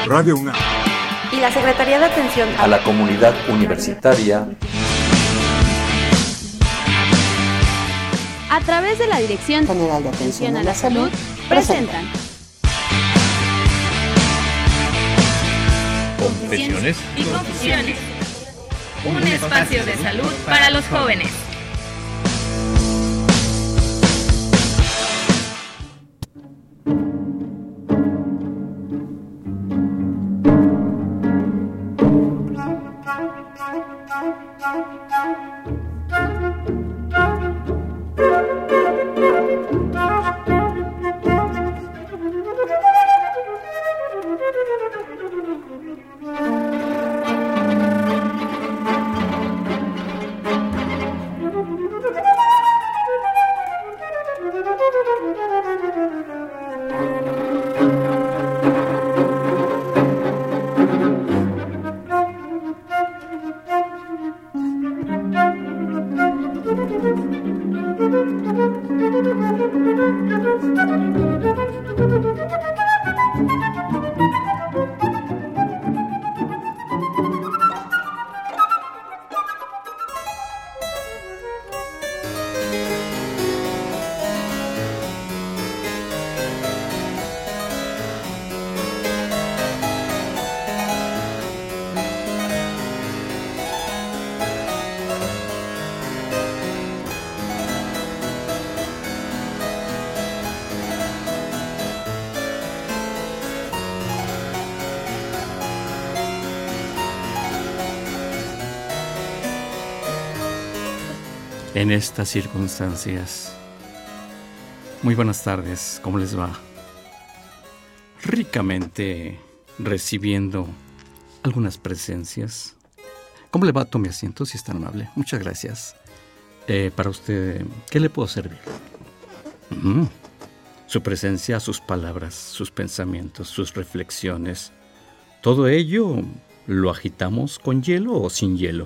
Radio UNAM y la Secretaría de Atención a la Comunidad Universitaria a través de la Dirección General de Atención a la Salud presentan Confesiones y Confusiones, un espacio de salud para los jóvenes. En estas circunstancias. Muy buenas tardes, ¿cómo les va? Ricamente recibiendo algunas presencias. ¿Cómo le va? Tome asiento si es tan amable. Muchas gracias. Para usted, ¿qué le puedo servir? Su presencia, sus palabras, sus pensamientos, sus reflexiones. ¿Todo ello lo agitamos con hielo o sin hielo?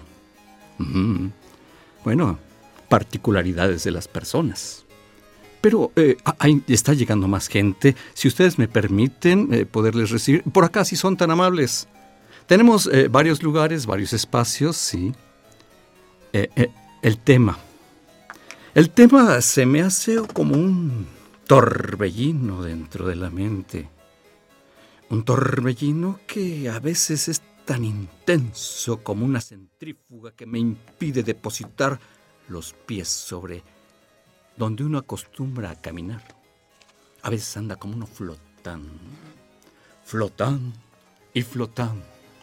Bueno, particularidades de las personas. Pero ahí está llegando más gente. Si ustedes me permiten poderles recibir, por acá si son tan amables. Tenemos varios lugares, varios espacios, sí. El tema se me hace como un torbellino dentro de la mente. Un torbellino que a veces es tan intenso como una centrífuga que me impide depositar los pies sobre donde uno acostumbra a caminar. A veces anda como uno flotando y flotando.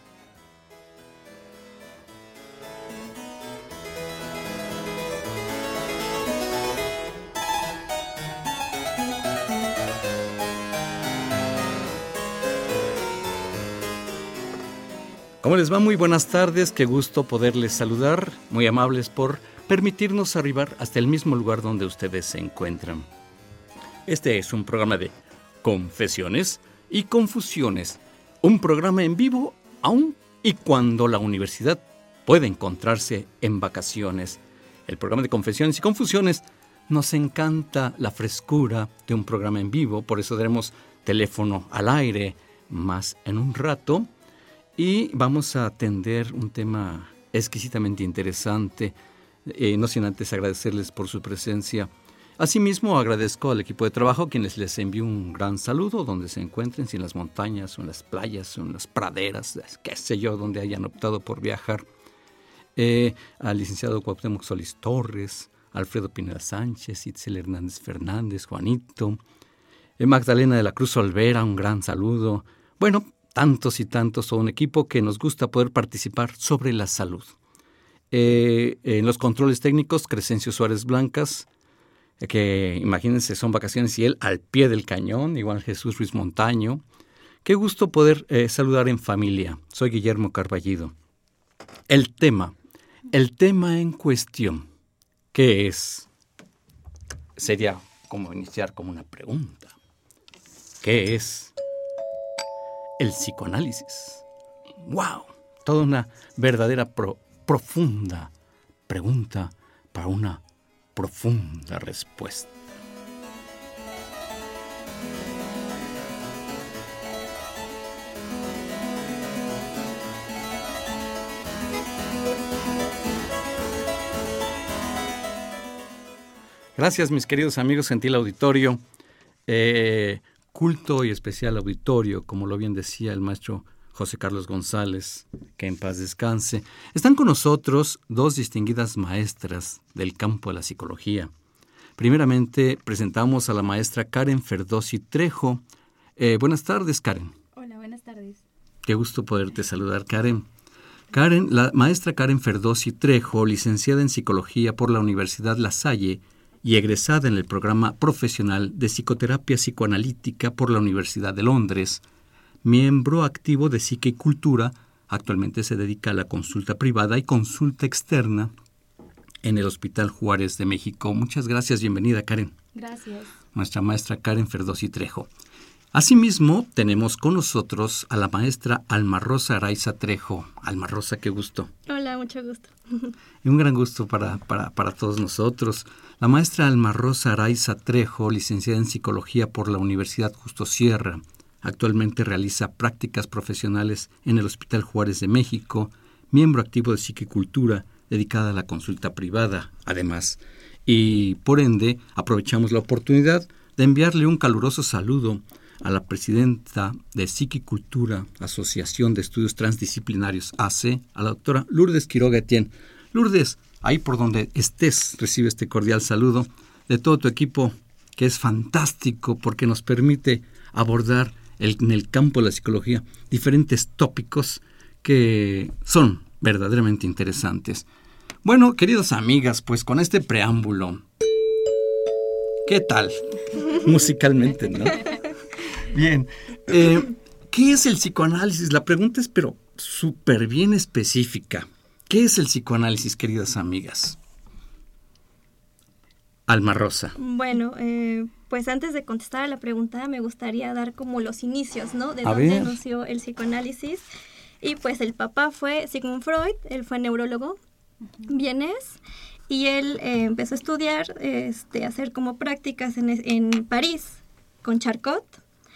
¿Cómo les va? Muy buenas tardes, qué gusto poderles saludar, muy amables por permitirnos arribar hasta el mismo lugar donde ustedes se encuentran. Este es un programa de confesiones y confusiones, un programa en vivo aun y cuando la universidad puede encontrarse en vacaciones. El programa de confesiones y confusiones nos encanta la frescura de un programa en vivo, por eso tenemos teléfono al aire más en un rato. Y vamos a atender un tema exquisitamente interesante, no sin antes agradecerles por su presencia. Asimismo, agradezco al equipo de trabajo, quienes les envío un gran saludo, donde se encuentren, si en las montañas, o en las playas, o en las praderas, qué sé yo, donde hayan optado por viajar. Al licenciado Cuauhtémoc Solís Torres, Alfredo Pineda Sánchez, Itzel Hernández Fernández, Juanito, Magdalena de la Cruz Olvera, un gran saludo. Bueno, tantos y tantos, son un equipo que nos gusta poder participar sobre la salud. En los controles técnicos, Crescencio Suárez Blancas, que imagínense, son vacaciones y él al pie del cañón, igual Jesús Ruiz Montaño. Qué gusto poder saludar en familia. Soy Guillermo Carballido. El tema en cuestión, ¿qué es? Sería como iniciar como una pregunta. ¿Qué es el psicoanálisis? ¡Wow! Toda una verdadera profunda pregunta para una profunda respuesta. Gracias, mis queridos amigos, gentil auditorio, culto y especial auditorio, como lo bien decía el maestro José Carlos González, que en paz descanse. Están con nosotros dos distinguidas maestras del campo de la psicología. Primeramente, presentamos a la maestra Karen Ferdowsi Trejo. Buenas tardes, Karen. Hola, buenas tardes. Qué gusto poderte saludar, Karen. La maestra Karen Ferdowsi Trejo, licenciada en Psicología por la Universidad La Salle y egresada en el programa profesional de Psicoterapia Psicoanalítica por la Universidad de Londres, miembro activo de Psique y Cultura, actualmente se dedica a la consulta privada y consulta externa en el Hospital Juárez de México. Muchas gracias, bienvenida, Karen. Gracias. Nuestra maestra Karen Ferdowsi Trejo. Asimismo, tenemos con nosotros a la maestra Alma Rosa Araiza Trejo. Alma Rosa, qué gusto. Hola, mucho gusto. Y un gran gusto para todos nosotros. La maestra Alma Rosa Araiza Trejo, licenciada en Psicología por la Universidad Justo Sierra, actualmente realiza prácticas profesionales en el Hospital Juárez de México, miembro activo de Psique y Cultura, dedicada a la consulta privada, además. Y, por ende, aprovechamos la oportunidad de enviarle un caluroso saludo a la presidenta de Psique y Cultura, Asociación de Estudios Transdisciplinarios, AC, a la doctora Lourdes Quiroga Etienne. Lourdes, ahí por donde estés, recibe este cordial saludo de todo tu equipo, que es fantástico porque nos permite abordar en el campo de la psicología diferentes tópicos que son verdaderamente interesantes. Bueno, queridas amigas, pues con este preámbulo, ¿qué tal? Musicalmente, ¿no? Bien. ¿Qué es el psicoanálisis? La pregunta es, pero súper bien específica. ¿Qué es el psicoanálisis, queridas amigas? Alma Rosa. Bueno, pues antes de contestar a la pregunta, me gustaría dar como los inicios, ¿no? De A dónde ver. nació el psicoanálisis. Y pues el papá fue Sigmund Freud, él fue neurólogo vienés, y él empezó a estudiar, a hacer como prácticas en París con Charcot,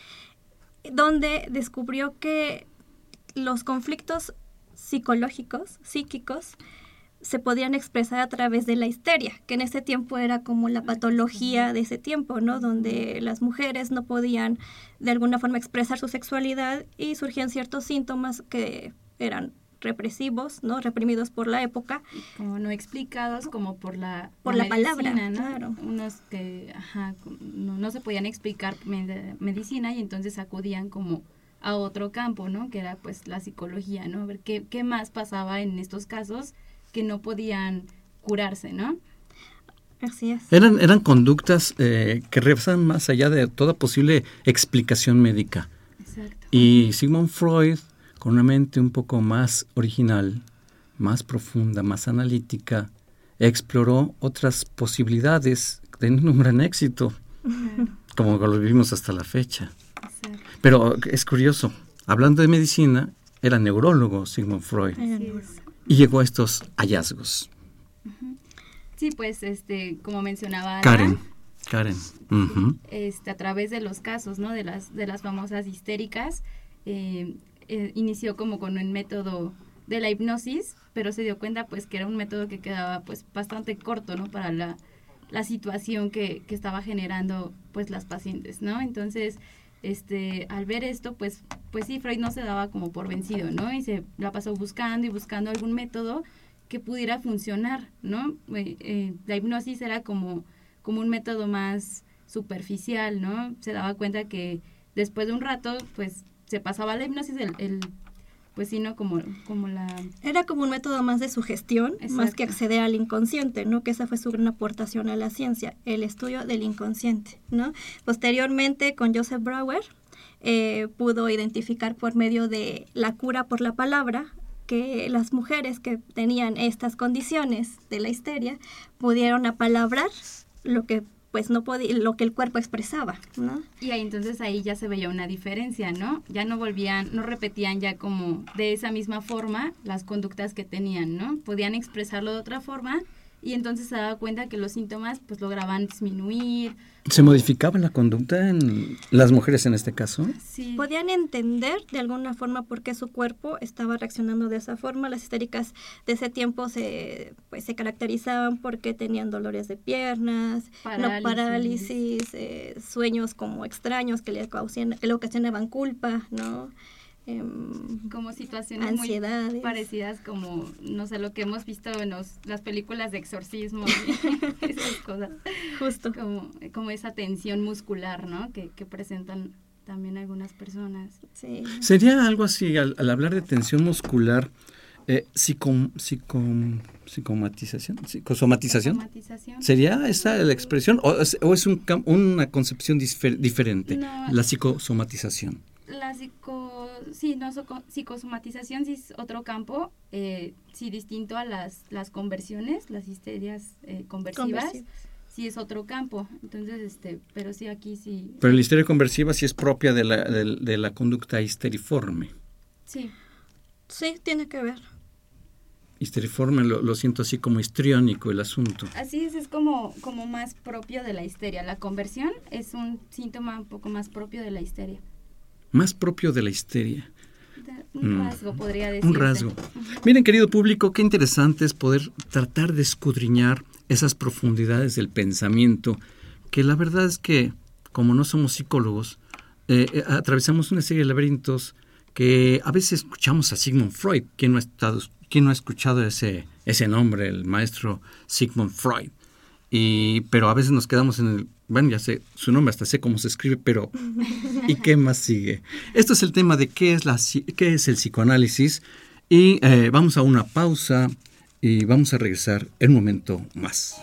donde descubrió que los conflictos psicológicos, psíquicos, se podían expresar a través de la histeria, que en ese tiempo era como la patología de ese tiempo, ¿no? Donde las mujeres no podían de alguna forma expresar su sexualidad y surgían ciertos síntomas que eran represivos, ¿no? Reprimidos por la época. Como no explicados, como por la medicina, palabra, ¿no? Claro. Unos que no se podían explicar medicina y entonces acudían como a otro campo, ¿no? Que era pues la psicología, ¿no? A ver qué más pasaba en estos casos que no podían curarse, ¿no? Así es. Eran conductas que rebasan más allá de toda posible explicación médica. Exacto. Y Sigmund Freud, con una mente un poco más original, más profunda, más analítica, exploró otras posibilidades teniendo un gran éxito, como lo vivimos hasta la fecha. Exacto. Pero es curioso, hablando de medicina, era neurólogo Sigmund Freud Así es. y llegó a estos hallazgos. Sí, pues como mencionaba Karen. Ana, a través de los casos, ¿no? de las famosas histéricas, inició como con un método de la hipnosis, pero se dio cuenta pues que era un método que quedaba pues bastante corto, ¿no? Para la situación que estaba generando pues las pacientes, ¿no? Entonces, al ver esto, pues sí, Freud no se daba como por vencido, ¿no? Y se la pasó buscando algún método que pudiera funcionar, ¿no? La hipnosis era como un método más superficial, ¿no? Se daba cuenta que después de un rato, pues, se pasaba la hipnosis, pues sí, ¿no? Como la... Era como un método más de sugestión, Exacto. más que acceder al inconsciente, ¿no? Que esa fue su gran aportación a la ciencia, el estudio del inconsciente, ¿no? Posteriormente, con Joseph Brauer, pudo identificar por medio de la cura por la palabra que las mujeres que tenían estas condiciones de la histeria pudieron apalabrar lo que pues no podía, lo que el cuerpo expresaba, ¿no? Y entonces ahí ya se veía una diferencia, ¿no? Ya no repetían ya como de esa misma forma las conductas que tenían, ¿no? Podían expresarlo de otra forma y entonces se daba cuenta que los síntomas pues lograban disminuir. ¿Se modificaba la conducta en las mujeres en este caso? Sí. Podían entender de alguna forma por qué su cuerpo estaba reaccionando de esa forma. Las histéricas de ese tiempo se caracterizaban porque tenían dolores de piernas, parálisis, sueños como extraños que le ocasionaban culpa, ¿no? Como situaciones ansiedades muy parecidas como, no sé, lo que hemos visto en las películas de exorcismo y esas cosas. Justo. Como esa tensión muscular, ¿no? Que presentan también algunas personas. Sí. ¿Sería algo así, al hablar de tensión muscular, psicosomatización? ¿Sería esa la expresión o es una concepción diferente, no, la psicosomatización? La psicosomatización sí es otro campo, sí distinto a las conversiones, las histerias conversivas, sí es otro campo. Entonces, pero sí aquí sí. Pero la histeria conversiva sí es propia de la conducta histeriforme. Sí. Sí, tiene que ver. Histeriforme lo siento así como histriónico el asunto. Así es como más propio de la histeria. La conversión es un síntoma un poco más propio de la histeria. Más propio de la histeria. Un rasgo, podría decirse. Un rasgo. Miren, querido público, qué interesante es poder tratar de escudriñar esas profundidades del pensamiento, que la verdad es que, como no somos psicólogos, atravesamos una serie de laberintos que a veces escuchamos a Sigmund Freud. ¿Quién no ha escuchado ese nombre, el maestro Sigmund Freud? Pero a veces nos quedamos en el... Bueno, ya sé su nombre, hasta sé cómo se escribe, pero ¿y qué más sigue? Esto es el tema de qué es el psicoanálisis, y vamos a una pausa y vamos a regresar en un momento más.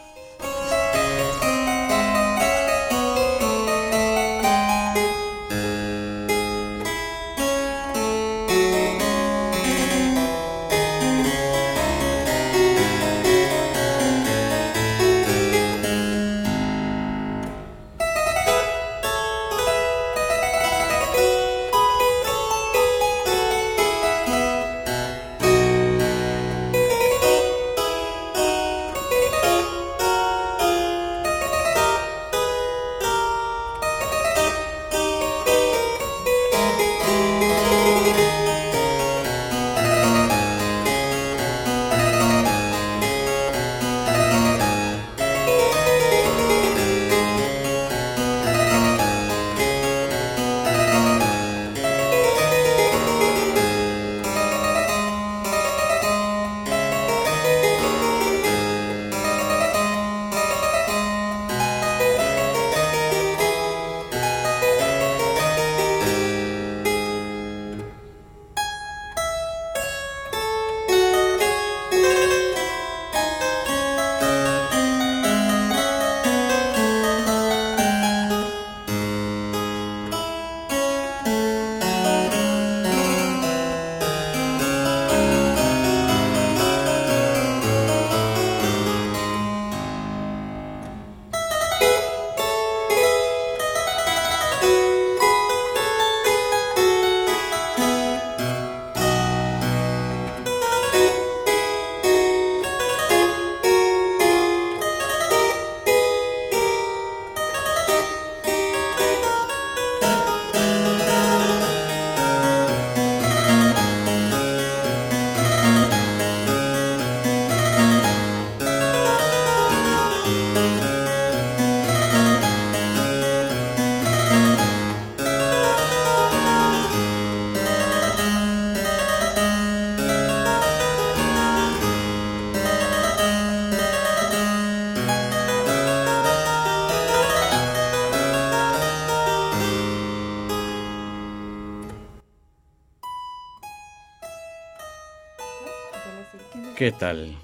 ¿Qué tal?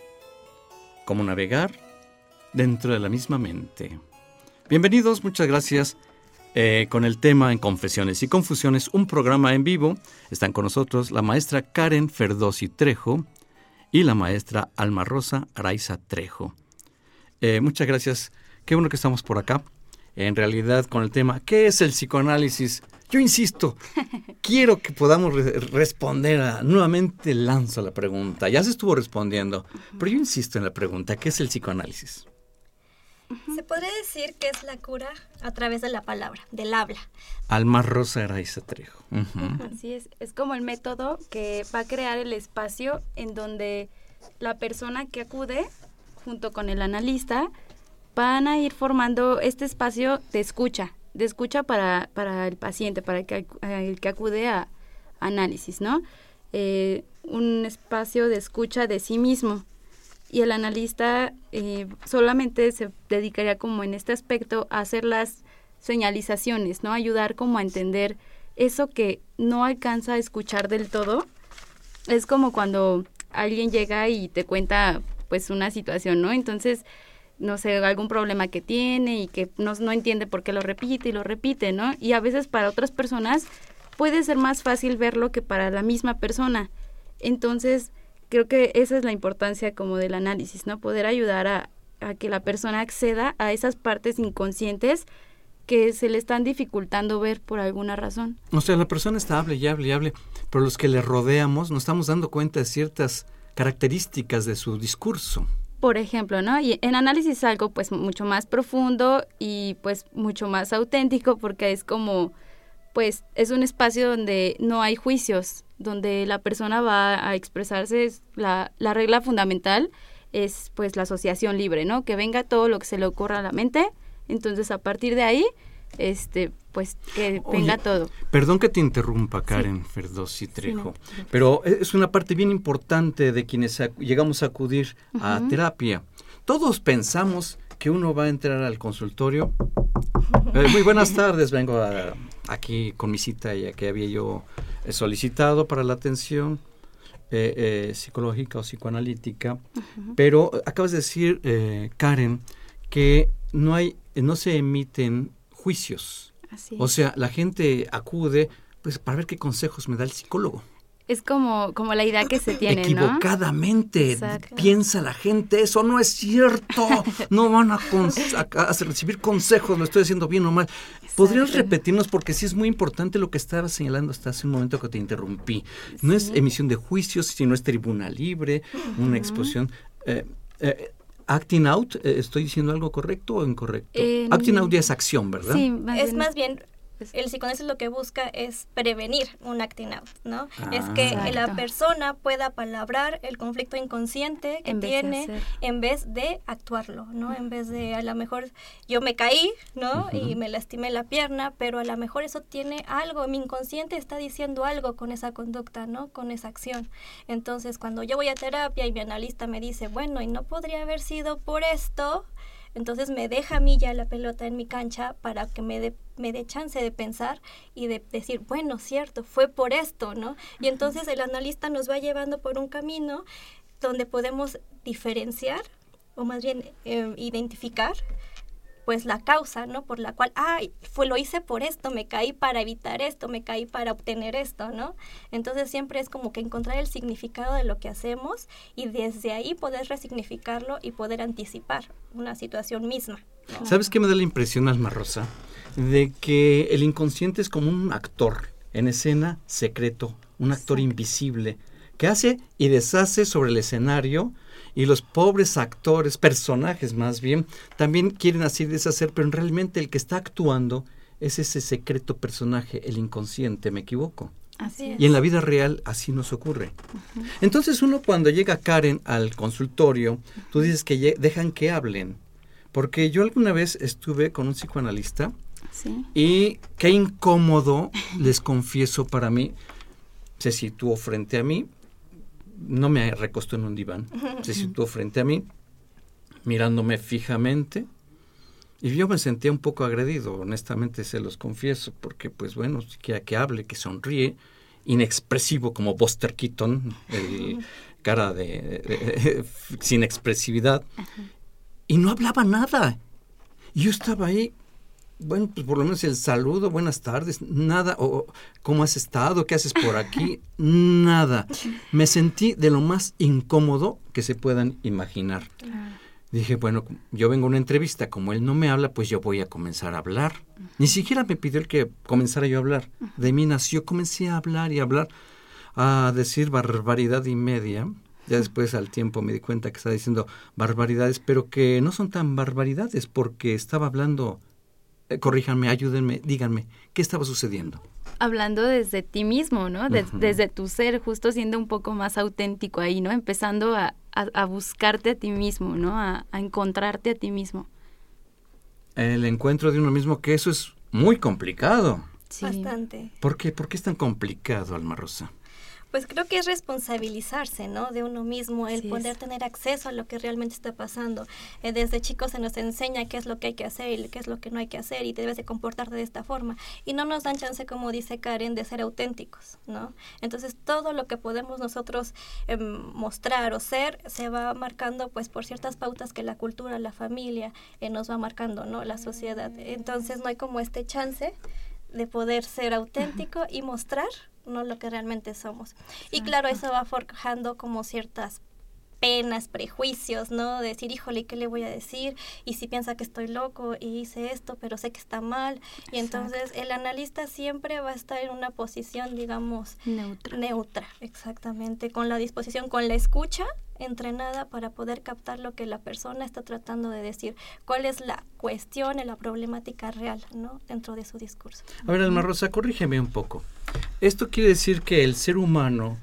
¿Cómo navegar dentro de la misma mente? Bienvenidos, muchas gracias. Con el tema En Confesiones y Confusiones, un programa en vivo. Están con nosotros la maestra Karen Ferdosi Trejo y la maestra Alma Rosa Araiza Trejo. Muchas gracias. Qué bueno que estamos por acá. en realidad con el tema, ¿qué es el psicoanálisis? Yo insisto, quiero que podamos responder nuevamente lanzo la pregunta. Ya se estuvo respondiendo, pero yo insisto en la pregunta, ¿qué es el psicoanálisis? Se podría decir que es la cura a través de la palabra, del habla. Alma Rosa Araiza Trejo. Así es como el método que va a crear el espacio en donde la persona que acude, junto con el analista, van a ir formando este espacio de escucha para el paciente, para el que acude a análisis, ¿no? Un espacio de escucha de sí mismo. Y el analista solamente se dedicaría como en este aspecto a hacer las señalizaciones, ¿no? Ayudar como a entender eso que no alcanza a escuchar del todo. Es como cuando alguien llega y te cuenta pues una situación, ¿no? Entonces, no sé, algún problema que tiene y que no entiende por qué lo repite, ¿no? Y a veces para otras personas puede ser más fácil verlo que para la misma persona. Entonces, creo que esa es la importancia como del análisis, ¿no? Poder ayudar a que la persona acceda a esas partes inconscientes que se le están dificultando ver por alguna razón. O sea, la persona está hable y hable, pero los que le rodeamos nos estamos dando cuenta de ciertas características de su discurso. Por ejemplo, ¿no? Y en análisis es algo pues mucho más profundo y pues mucho más auténtico porque es como, pues es un espacio donde no hay juicios, donde la persona va a expresarse, la regla fundamental es pues la asociación libre, ¿no? Que venga todo lo que se le ocurra a la mente, entonces a partir de ahí, pues que venga todo. Perdón que te interrumpa, Karen Ferdowsi Trejo, pero es una parte bien importante de quienes llegamos a acudir a terapia. Todos pensamos que uno va a entrar al consultorio. Muy buenas tardes, vengo aquí con mi cita ya que había yo solicitado para la atención psicológica o psicoanalítica, pero acabas de decir, Karen, que no se emiten juicios. Así es. O sea, la gente acude pues para ver qué consejos me da el psicólogo. Es como la idea que se tiene, equivocadamente, ¿no? piensa la gente, eso no es cierto, no van a recibir consejos, lo estoy haciendo bien o mal. Exacto. ¿Podrías repetirnos? Porque sí es muy importante lo que estabas señalando hasta hace un momento que te interrumpí. No es emisión de juicios, sino es tribuna libre, una exposición. Acting out, ¿estoy diciendo algo correcto o incorrecto? Acting out ya es acción, ¿verdad? Sí, más bien el psicoanálisis lo que busca es prevenir un acting out, ¿no? Es que la persona pueda palabrar el conflicto inconsciente que tiene en vez de actuarlo, ¿no? En vez de, a lo mejor yo me caí, ¿no? Y me lastimé la pierna, pero a lo mejor eso tiene algo, mi inconsciente está diciendo algo con esa conducta, ¿no? Con esa acción. Entonces, cuando yo voy a terapia y mi analista me dice, bueno, y no podría haber sido por esto, entonces me deja a mí ya la pelota en mi cancha para que me dé chance de pensar y de decir, bueno, cierto, fue por esto, ¿no? Y entonces el analista nos va llevando por un camino donde podemos diferenciar, o más bien identificar, pues la causa, ¿no? Por la cual, lo hice por esto, me caí para evitar esto, me caí para obtener esto, ¿no? Entonces siempre es como que encontrar el significado de lo que hacemos y desde ahí poder resignificarlo y poder anticipar una situación misma, ¿no? ¿Sabes qué me da la impresión, Alma Rosa? De que el inconsciente es como un actor en escena secreto, un actor invisible, que hace y deshace sobre el escenario. Y los pobres actores, personajes más bien, también quieren hacer y deshacer, pero realmente el que está actuando es ese secreto personaje, el inconsciente, ¿me equivoco? Así es. Y en la vida real así nos ocurre. Entonces uno cuando llega Karen al consultorio, tú dices que dejan que hablen, porque yo alguna vez estuve con un psicoanalista y qué incómodo, les confieso para mí, se situó frente a mí, no me recostó en un diván, se situó frente a mí, mirándome fijamente, y yo me sentía un poco agredido, honestamente se los confieso, porque pues bueno, que hable, que sonríe, inexpresivo como Buster Keaton, cara sin expresividad, y no hablaba nada. Y yo estaba ahí, bueno, pues por lo menos el saludo, buenas tardes, nada, o ¿cómo has estado? ¿Qué haces por aquí? Nada. Me sentí de lo más incómodo que se puedan imaginar. Dije, bueno, yo vengo a una entrevista, como él no me habla, pues yo voy a comenzar a hablar. Ni siquiera me pidió el que comenzara yo a hablar. De mí nació, comencé a hablar y hablar, a decir barbaridad y media. Ya después al tiempo me di cuenta que estaba diciendo barbaridades, pero que no son tan barbaridades, porque estaba hablando, corríjanme, ayúdenme, díganme, ¿qué estaba sucediendo? Hablando desde ti mismo, ¿no? Desde tu ser, justo siendo un poco más auténtico ahí, ¿no? Empezando a buscarte a ti mismo, ¿no? A encontrarte a ti mismo. El encuentro de uno mismo, que eso es muy complicado. Sí. Bastante. ¿Por qué? ¿Por qué es tan complicado, Alma Rosa? Pues creo que es responsabilizarse, ¿no? De uno mismo, el poder tener acceso a lo que realmente está pasando. Desde chicos se nos enseña qué es lo que hay que hacer y qué es lo que no hay que hacer y debes de comportarte de esta forma. Y no nos dan chance, como dice Karen, de ser auténticos, ¿no? Entonces todo lo que podemos nosotros mostrar o ser se va marcando pues por ciertas pautas que la cultura, la familia nos va marcando, ¿no? La sociedad. Entonces no hay como este chance de poder ser auténtico y mostrar, ¿no? Lo que realmente somos. Y claro, eso va forjando como ciertas penas, prejuicios, ¿no? De decir, híjole, ¿qué le voy a decir? Y si piensa que estoy loco y hice esto, pero sé que está mal. Y entonces el analista siempre va a estar en una posición, digamos, neutra, exactamente, con la disposición, con la escucha entrenada para poder captar lo que la persona está tratando de decir, cuál es la cuestión, la problemática real, ¿no? Dentro de su discurso. A ver, Alma Rosa, corrígeme un poco. Esto quiere decir que el ser humano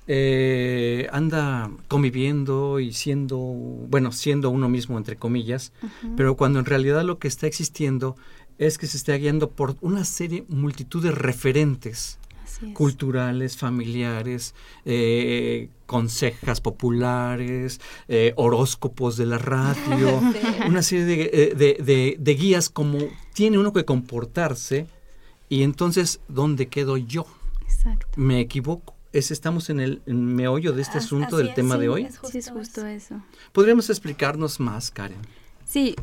anda conviviendo y siendo uno mismo, entre comillas, pero cuando en realidad lo que está existiendo es que se está guiando por una multitud de referentes culturales, familiares, consejas populares, horóscopos de la radio, una serie de guías como tiene uno que comportarse, y entonces, ¿dónde quedo yo? Exacto. ¿Me equivoco? ¿Estamos en el meollo de este asunto del tema de hoy? Sí, es justo eso. ¿Podríamos explicarnos más, Karen? Sí,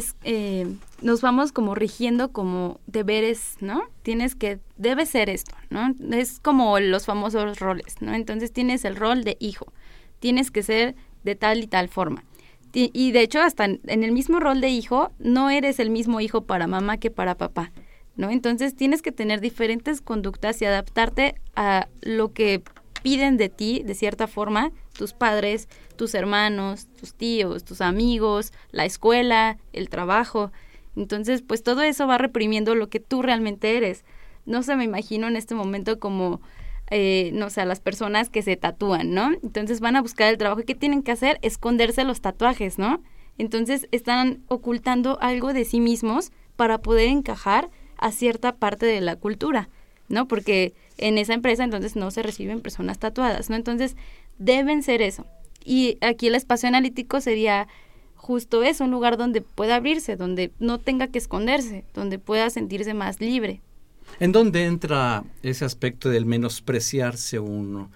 nos vamos como rigiendo como deberes, ¿no? Debe ser esto, ¿no? Es como los famosos roles, ¿no? Entonces tienes el rol de hijo, tienes que ser de tal y tal forma. Y de hecho, hasta en el mismo rol de hijo, no eres el mismo hijo para mamá que para papá, ¿no? Entonces tienes que tener diferentes conductas y adaptarte a lo que piden de ti, de cierta forma, tus padres, tus hermanos, tus tíos, tus amigos, la escuela, el trabajo. Entonces, pues todo eso va reprimiendo lo que tú realmente eres. No sé, me imagino en este momento como, no sé, a las personas que se tatúan, ¿no? Entonces van a buscar el trabajo. ¿Y qué tienen que hacer? Esconderse los tatuajes, ¿no? Entonces están ocultando algo de sí mismos para poder encajar a cierta parte de la cultura, ¿no? Porque en esa empresa entonces no se reciben personas tatuadas, ¿no? Entonces deben ser eso. Y aquí el espacio analítico sería justo eso, un lugar donde pueda abrirse, donde no tenga que esconderse, donde pueda sentirse más libre. ¿En dónde entra ese aspecto del menospreciarse uno,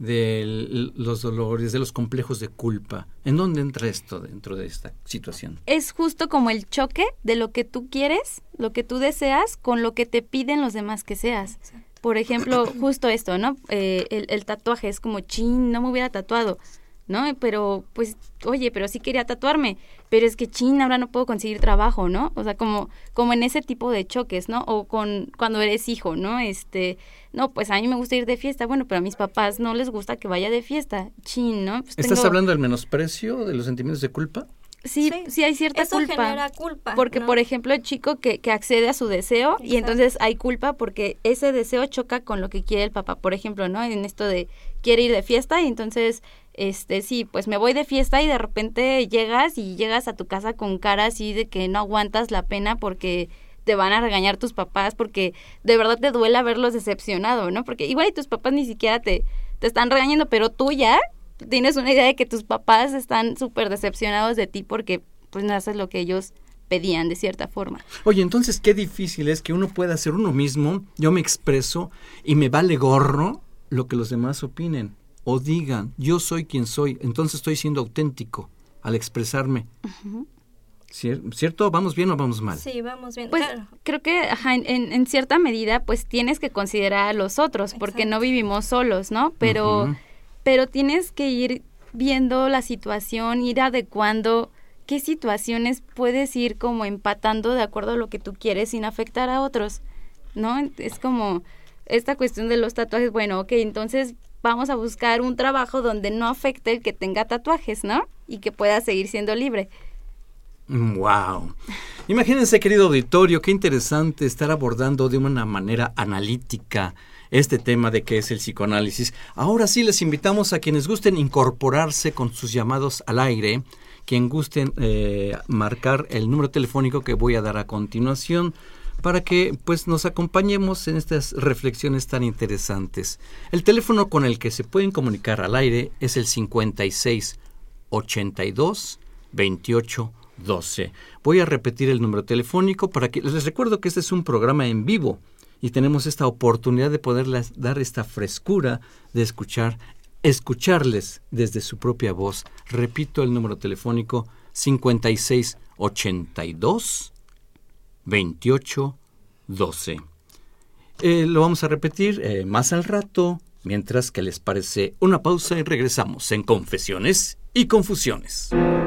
de los dolores, de los complejos de culpa? ¿En dónde entra esto dentro de esta situación? Es justo como el choque de lo que tú quieres, lo que tú deseas, con lo que te piden los demás que seas. Exacto. Por ejemplo, justo esto, ¿no? El tatuaje es como, chin, no me hubiera tatuado, ¿no? Pero, pues, oye, pero sí quería tatuarme, pero es que, chin, ahora no puedo conseguir trabajo, ¿no? O sea, como en ese tipo de choques, ¿no? O cuando eres hijo, ¿no? No, pues a mí me gusta ir de fiesta, bueno, pero a mis papás no les gusta que vaya de fiesta, chin, ¿no? Pues ¿Estás hablando del menosprecio, de los sentimientos de culpa? Sí, hay cierta eso culpa. Eso genera culpa, porque, ¿no? Por ejemplo, el chico que accede a su deseo, exacto, y entonces hay culpa porque ese deseo choca con lo que quiere el papá. Por ejemplo, ¿no? En esto de quiere ir de fiesta y entonces, sí, pues me voy de fiesta y de repente llegas a tu casa con cara así de que no aguantas la pena porque te van a regañar tus papás, porque de verdad te duele haberlos decepcionado, ¿no? Porque igual y tus papás ni siquiera te están regañando, pero tú ya tienes una idea de que tus papás están súper decepcionados de ti porque pues no haces lo que ellos pedían de cierta forma. Oye, entonces qué difícil es que uno pueda ser uno mismo, yo me expreso y me vale gorro lo que los demás opinen o digan, yo soy quien soy, entonces estoy siendo auténtico al expresarme. Uh-huh. ¿Cierto? ¿Vamos bien o vamos mal? Sí, vamos bien. Pues claro. Creo que en cierta medida pues tienes que considerar a los otros, porque exacto, no vivimos solos, ¿no? Pero... Uh-huh. Pero tienes que ir viendo la situación, ir adecuando qué situaciones puedes ir como empatando de acuerdo a lo que tú quieres sin afectar a otros, ¿no? Es como esta cuestión de los tatuajes, bueno, ok, entonces vamos a buscar un trabajo donde no afecte el que tenga tatuajes, ¿no? Y que pueda seguir siendo libre. ¡Wow! Imagínense, querido auditorio, qué interesante estar abordando de una manera analítica este tema de qué es el psicoanálisis. Ahora sí, les invitamos a quienes gusten incorporarse con sus llamados al aire, quien gusten marcar el número telefónico que voy a dar a continuación para que pues nos acompañemos en estas reflexiones tan interesantes. El teléfono con el que se pueden comunicar al aire es el 56 82 28 12. Voy a repetir el número telefónico para que les recuerdo que este es un programa en vivo y tenemos esta oportunidad de poderles dar esta frescura de escucharles desde su propia voz. Repito el número telefónico 56 82 28 12. Lo vamos a repetir más al rato, mientras que les parece una pausa y regresamos en Confesiones y Confusiones.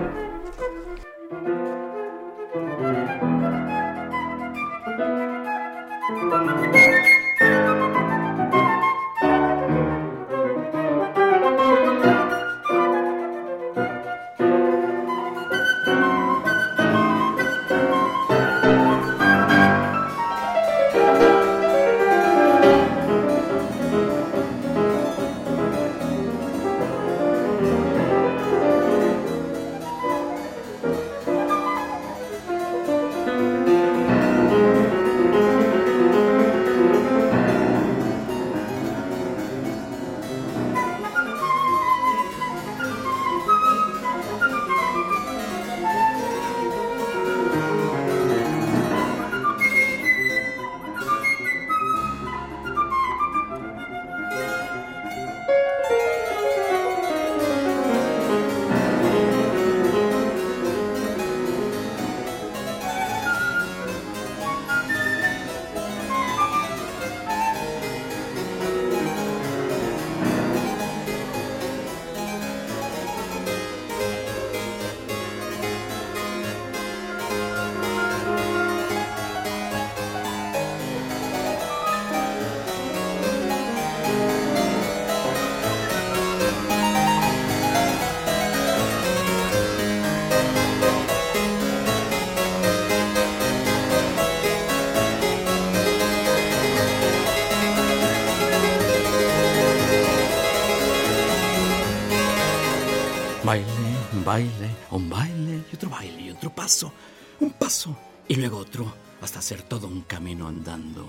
Un baile y otro baile y otro paso, un paso y luego otro, hasta hacer todo un camino andando.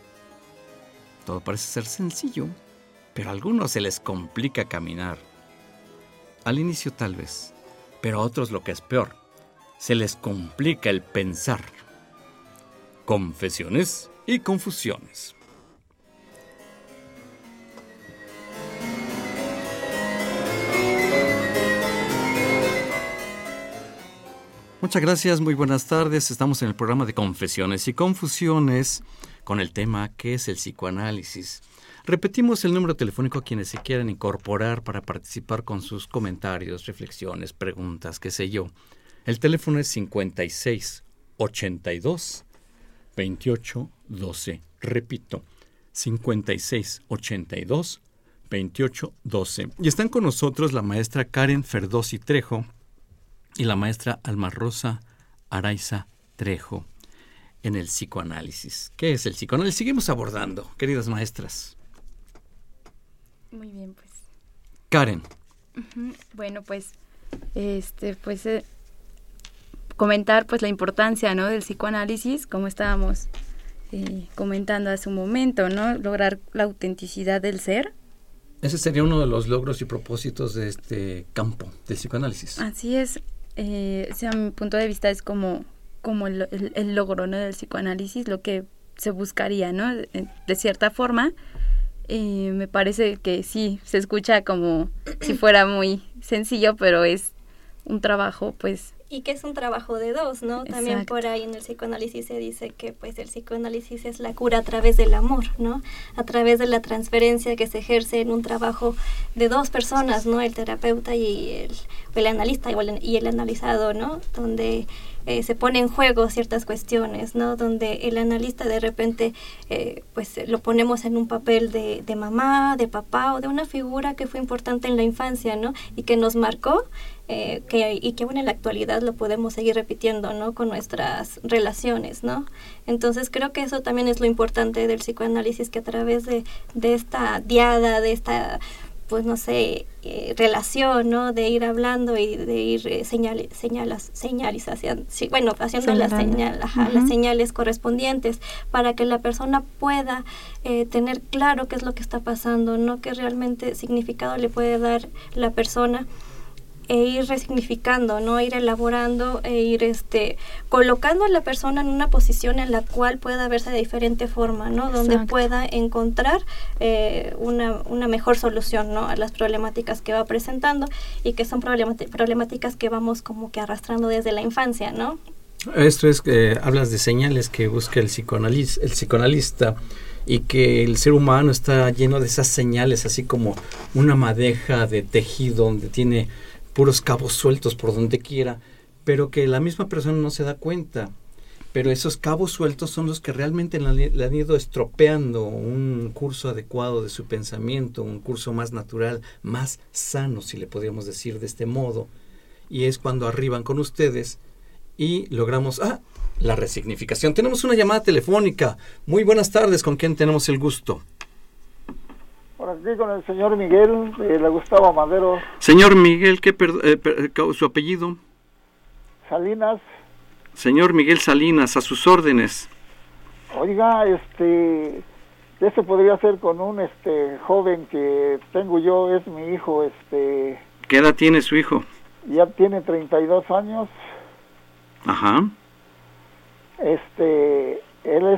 Todo parece ser sencillo, pero a algunos se les complica caminar. Al inicio tal vez, pero a otros lo que es peor, se les complica el pensar. Confesiones y Confusiones. Muchas gracias, muy buenas tardes. Estamos en el programa de Confesiones y Confusiones con el tema ¿qué es el psicoanálisis? Repetimos el número telefónico a quienes se quieran incorporar para participar con sus comentarios, reflexiones, preguntas, qué sé yo. El teléfono es 56 82 28 12. Repito, 56 82 28 12. Y están con nosotros la maestra Karen Ferdosi Trejo y la maestra Alma Rosa Araiza Trejo en el psicoanálisis. ¿Qué es el psicoanálisis? Seguimos abordando, queridas maestras. Muy bien, pues. Karen. Bueno, pues, comentar pues la importancia, ¿no?, del psicoanálisis, como estábamos comentando hace un momento, ¿no? Lograr la autenticidad del ser. Ese sería uno de los logros y propósitos de este campo del psicoanálisis. Así es. A mi punto de vista es como el logro, ¿no?, del psicoanálisis, lo que se buscaría, ¿no? De cierta forma, me parece que sí, se escucha como si fuera muy sencillo, pero es un trabajo, pues... Y que es un trabajo de dos, ¿no? Exacto. También por ahí en el psicoanálisis se dice que pues el psicoanálisis es la cura a través del amor, ¿no? A través de la transferencia que se ejerce en un trabajo de dos personas, ¿no? El terapeuta y el el analista y el analizado, ¿no? Donde se pone en juego ciertas cuestiones, ¿no? Donde el analista de repente pues lo ponemos en un papel de mamá, de papá o de una figura que fue importante en la infancia, ¿no? Y que nos marcó, y que aún en la actualidad lo podemos seguir repitiendo, ¿no? Con nuestras relaciones, ¿no? Entonces creo que eso también es lo importante del psicoanálisis, que a través de esta diada, de esta, pues no sé, relación, ¿no? De ir hablando y de ir haciendo las señales correspondientes para que la persona pueda tener claro qué es lo que está pasando, ¿no? Qué realmente significado le puede dar la persona, e ir resignificando, ¿no? Ir elaborando e ir colocando a la persona en una posición en la cual pueda verse de diferente forma, ¿no? Donde pueda encontrar una mejor solución, ¿no? A las problemáticas que va presentando, y que son problemáticas que vamos como que arrastrando desde la infancia, ¿no? Esto es que hablas de señales que busca el psicoanalista, y que el ser humano está lleno de esas señales, así como una madeja de tejido donde tiene puros cabos sueltos por donde quiera, pero que la misma persona no se da cuenta. Pero esos cabos sueltos son los que realmente le han ido estropeando un curso adecuado de su pensamiento, un curso más natural, más sano, si le podríamos decir de este modo. Y es cuando arriban con ustedes y logramos la resignificación. Tenemos una llamada telefónica. Muy buenas tardes, ¿con quién tenemos el gusto? Por aquí con el señor Miguel, le Gustavo Madero. Señor Miguel, su apellido? Salinas. Señor Miguel Salinas, a sus órdenes. Oiga, ¿qué se podría hacer con un joven que tengo yo? Es mi hijo, ¿Qué edad tiene su hijo? Ya tiene 32 años. Ajá. Él es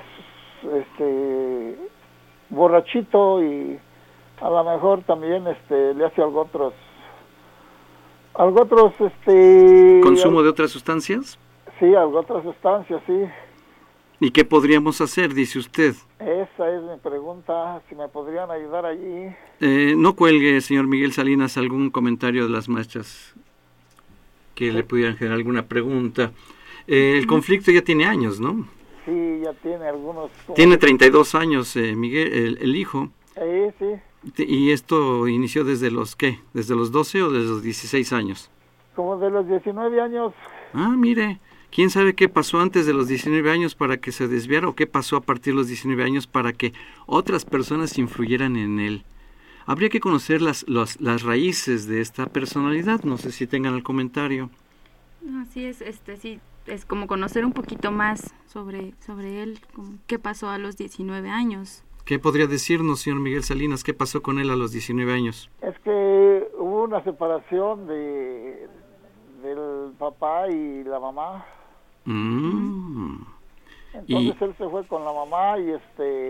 borrachito, y a lo mejor también le hace algo otros ¿consumo de otras sustancias? Sí, algo otras sustancias, sí. ¿Y qué podríamos hacer, dice usted? Esa es mi pregunta, si me podrían ayudar allí. No cuelgue, señor Miguel Salinas, algún comentario de las maestras que le pudieran generar alguna pregunta. El conflicto ya tiene años, ¿no? Sí, ya tiene algunos... Tiene 32 años, Miguel, el hijo. Sí. ¿Y esto inició desde los qué? ¿Desde los 12 o desde los 16 años? Como de los 19 años. Mire, ¿quién sabe qué pasó antes de los 19 años para que se desviara, o qué pasó a partir de los 19 años para que otras personas influyeran en él? Habría que conocer las raíces de esta personalidad. No sé si tengan el comentario. Así es, sí, es como conocer un poquito más sobre él, qué pasó a los 19 años. ¿Qué podría decirnos, señor Miguel Salinas? ¿Qué pasó con él a los 19 años? Es que hubo una separación del papá y la mamá. Entonces él se fue con la mamá y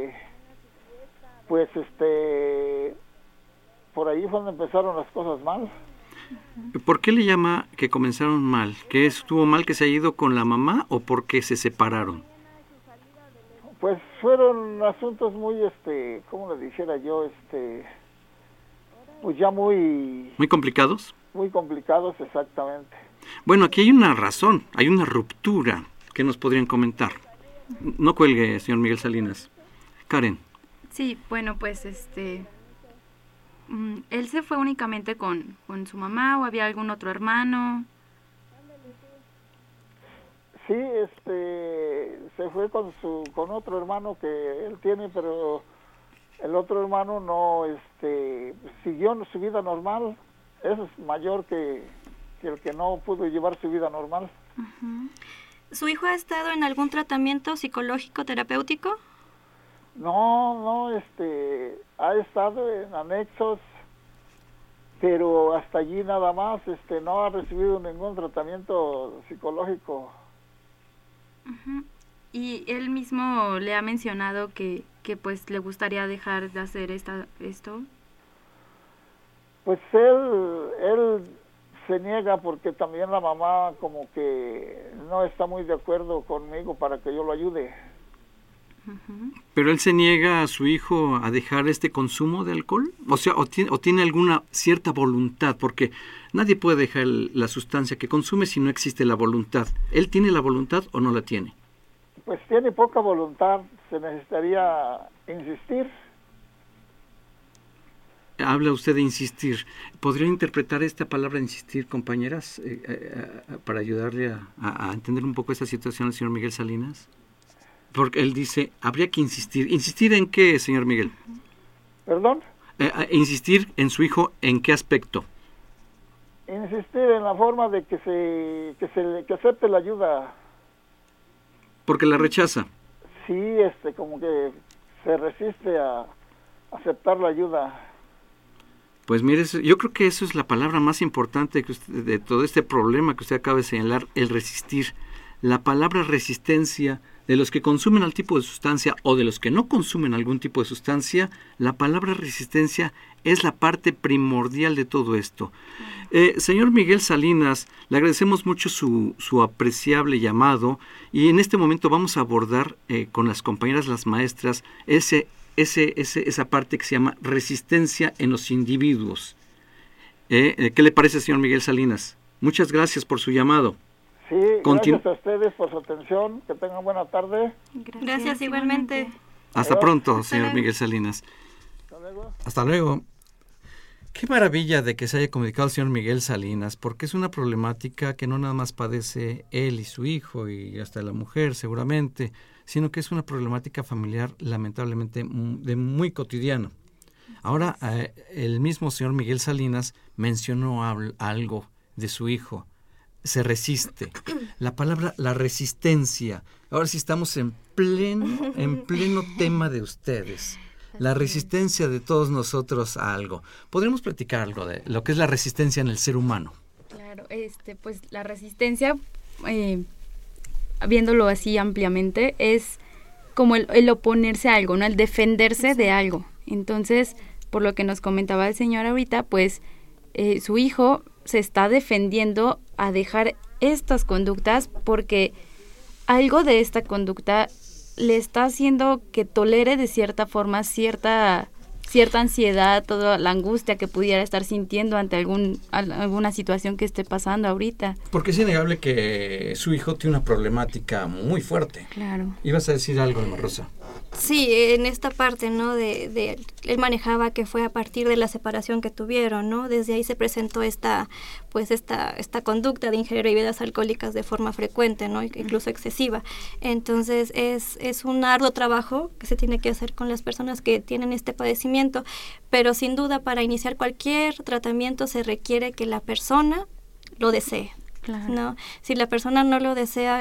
por ahí fue donde empezaron las cosas mal. ¿Por qué le llama que comenzaron mal? ¿Que estuvo mal que se haya ido con la mamá o porque se separaron? Pues fueron asuntos muy, ¿cómo le dijera yo? Pues ya muy... ¿Muy complicados? Muy complicados, exactamente. Bueno, aquí hay una razón, hay una ruptura que nos podrían comentar. No cuelgue, señor Miguel Salinas. Karen. Sí, bueno, pues ¿él se fue únicamente con su mamá o había algún otro hermano? Sí, se fue con otro hermano que él tiene, pero el otro hermano no, siguió su vida normal. Es mayor que el que no pudo llevar su vida normal. Uh-huh. ¿Su hijo ha estado en algún tratamiento psicológico terapéutico? No, ha estado en anexos, pero hasta allí nada más, no ha recibido ningún tratamiento psicológico. Uh-huh. Y él mismo le ha mencionado que pues le gustaría dejar de hacer esto. Pues él se niega porque también la mamá como que no está muy de acuerdo conmigo para que yo lo ayude. ¿Pero él se niega a su hijo a dejar este consumo de alcohol? O sea, o tiene alguna cierta voluntad, porque nadie puede dejar la sustancia que consume si no existe la voluntad. ¿Él tiene la voluntad o no la tiene? Pues tiene poca voluntad, se necesitaría insistir. Habla usted de insistir. ¿Podría interpretar esta palabra insistir, compañeras, para ayudarle a entender un poco esta situación al señor Miguel Salinas? Porque él dice, habría que insistir. ¿Insistir en qué, señor Miguel? ¿Perdón? Insistir en su hijo, ¿en qué aspecto? Insistir en la forma de que acepte la ayuda. Porque la rechaza. Sí, como que se resiste a aceptar la ayuda. Pues mire, yo creo que eso es la palabra más importante de todo este problema que usted acaba de señalar, el resistir. La palabra resistencia, de los que consumen algún tipo de sustancia o de los que no consumen algún tipo de sustancia, la palabra resistencia es la parte primordial de todo esto. Señor Miguel Salinas, le agradecemos mucho su apreciable llamado y en este momento vamos a abordar con las compañeras, las maestras, esa parte que se llama resistencia en los individuos. ¿Qué le parece, señor Miguel Salinas? Muchas gracias por su llamado. Sí, gracias a ustedes por su atención. Que tengan buena tarde. Gracias igualmente. Hasta pronto, señor Miguel Salinas. Hasta luego. Hasta luego. Qué maravilla de que se haya comunicado el señor Miguel Salinas, porque es una problemática que no nada más padece él y su hijo y hasta la mujer seguramente, sino que es una problemática familiar lamentablemente de muy cotidiano. Ahora, el mismo señor Miguel Salinas mencionó algo de su hijo. Se resiste. La palabra, la resistencia. Ahora sí estamos en pleno tema de ustedes. La resistencia de todos nosotros a algo. ¿Podríamos platicar algo de lo que es la resistencia en el ser humano? Claro, pues la resistencia, viéndolo así ampliamente, es como el oponerse a algo, ¿no? El defenderse de algo. Entonces, por lo que nos comentaba el señor ahorita, pues su hijo se está defendiendo a dejar estas conductas porque algo de esta conducta le está haciendo que tolere de cierta forma cierta ansiedad, toda la angustia que pudiera estar sintiendo ante alguna situación que esté pasando ahorita. Porque es innegable que su hijo tiene una problemática muy fuerte. Claro. ¿Ibas a decir algo, Alma Rosa? Sí, en esta parte, ¿no? Él manejaba que fue a partir de la separación que tuvieron, ¿no? Desde ahí se presentó esta conducta de ingerir bebidas alcohólicas de forma frecuente, ¿no? Incluso excesiva. Entonces es un arduo trabajo que se tiene que hacer con las personas que tienen este padecimiento, pero sin duda para iniciar cualquier tratamiento se requiere que la persona lo desee, claro, ¿no? Si la persona no lo desea,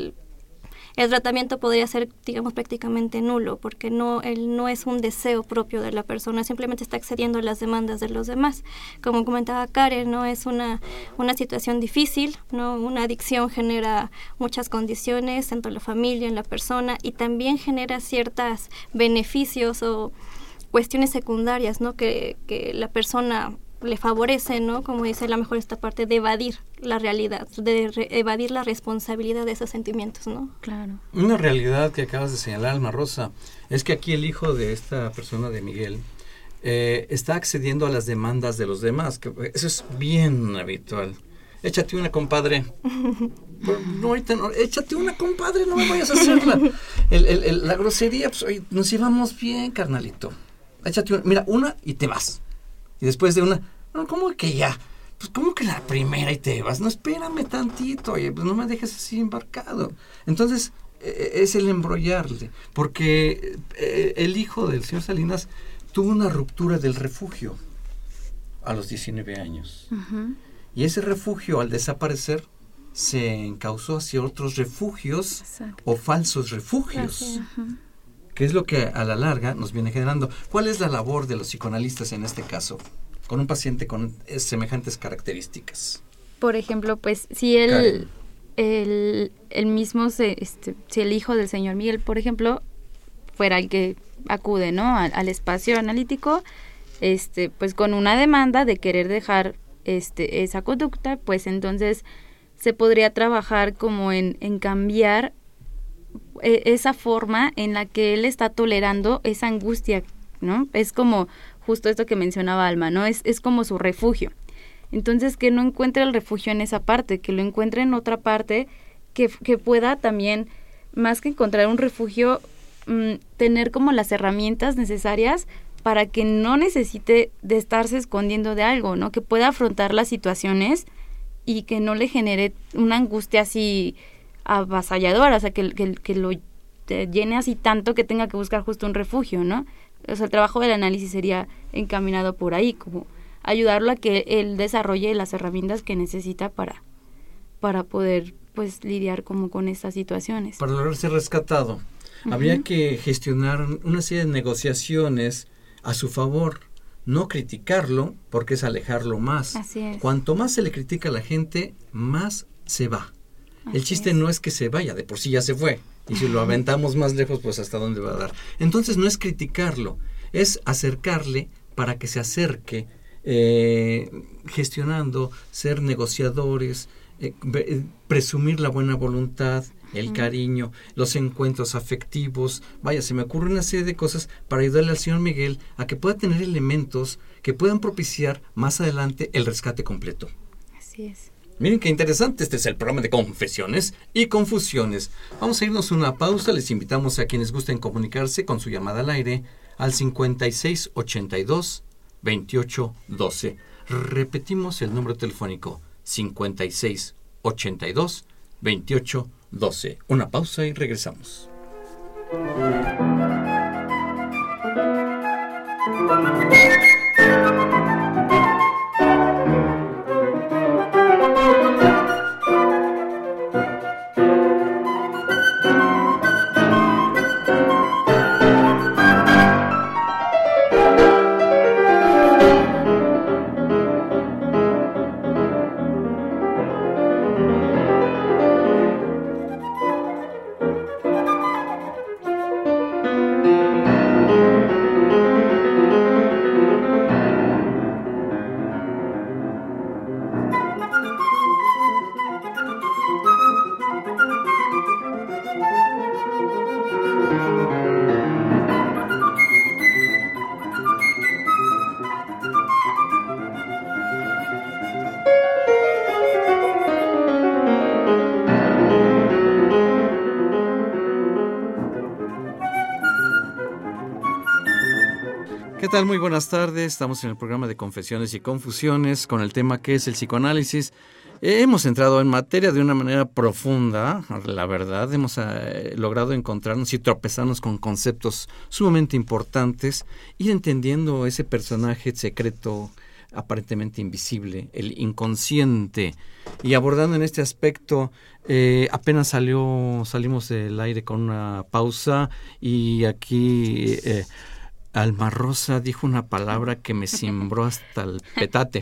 el tratamiento podría ser, digamos, prácticamente nulo, porque él no es un deseo propio de la persona, simplemente está accediendo a las demandas de los demás. Como comentaba Karen, ¿no? Es una situación difícil, ¿no? Una adicción genera muchas condiciones, tanto en la familia, en la persona, y también genera ciertos beneficios o cuestiones secundarias, ¿no? Que la persona le favorece, ¿no? Como dice, a lo mejor esta parte de evadir la realidad, de evadir la responsabilidad de esos sentimientos, ¿no? Claro. Una realidad que acabas de señalar, Alma Rosa, es que aquí el hijo de esta persona, de Miguel, está accediendo a las demandas de los demás, que eso es bien habitual. Échate una, compadre. No, ahorita no, échate una, compadre, no me vayas a hacerla. La grosería, pues, oye, nos llevamos bien, carnalito. Échate una, mira, una y te vas. Y después de una, no, ¿cómo que ya? Pues, ¿cómo que la primera y te vas? No, espérame tantito, oye, pues no me dejes así embarcado. Entonces, es el embrollarle, porque el hijo del señor Salinas tuvo una ruptura del refugio a los 19 años. Uh-huh. Y ese refugio, al desaparecer, se encauzó hacia otros refugios. Exacto. O falsos refugios. Uh-huh. ¿Qué es lo que a la larga nos viene generando? ¿Cuál es la labor de los psicoanalistas en este caso, con un paciente con semejantes características? Por ejemplo, pues si el mismo, si el hijo del señor Miguel, por ejemplo, fuera el que acude, ¿no? al espacio analítico, pues con una demanda de querer dejar esa conducta, pues entonces se podría trabajar como en cambiar esa forma en la que él está tolerando esa angustia, ¿no? Es como justo esto que mencionaba Alma, ¿no? Es como su refugio. Entonces, que no encuentre el refugio en esa parte, que lo encuentre en otra parte, que pueda también, más que encontrar un refugio, tener como las herramientas necesarias para que no necesite de estarse escondiendo de algo, ¿no? Que pueda afrontar las situaciones y que no le genere una angustia así avasalladora, o sea, que lo llene así tanto que tenga que buscar justo un refugio, ¿no? O sea, el trabajo del análisis sería encaminado por ahí, como ayudarlo a que él desarrolle las herramientas que necesita para poder, pues, lidiar como con estas situaciones. Para lograr ser rescatado, habría que gestionar una serie de negociaciones a su favor, no criticarlo, porque es alejarlo más. Así es. Cuanto más se le critica a la gente, más se va. El chiste no es que se vaya, de por sí ya se fue. Y si lo aventamos más lejos, pues hasta dónde va a dar. Entonces no es criticarlo, es acercarle para que se acerque, gestionando, ser negociadores, presumir la buena voluntad, el cariño, los encuentros afectivos. Vaya, se me ocurre una serie de cosas para ayudarle al señor Miguel a que pueda tener elementos que puedan propiciar más adelante el rescate completo. Así es. Miren qué interesante, este es el programa de Confesiones y Confusiones. Vamos a irnos a una pausa, les invitamos a quienes gusten comunicarse con su llamada al aire al 5682-2812. Repetimos el número telefónico, 5682-2812. Una pausa y regresamos. ¿Qué tal? Muy buenas tardes. Estamos en el programa de Confesiones y Confusiones con el tema que es el psicoanálisis. Hemos entrado en materia de una manera profunda, la verdad. Hemos logrado encontrarnos y tropezarnos con conceptos sumamente importantes, ir entendiendo ese personaje secreto, aparentemente invisible, el inconsciente, y abordando en este aspecto. Apenas salimos del aire con una pausa y aquí Alma Rosa dijo una palabra que me cimbró hasta el petate.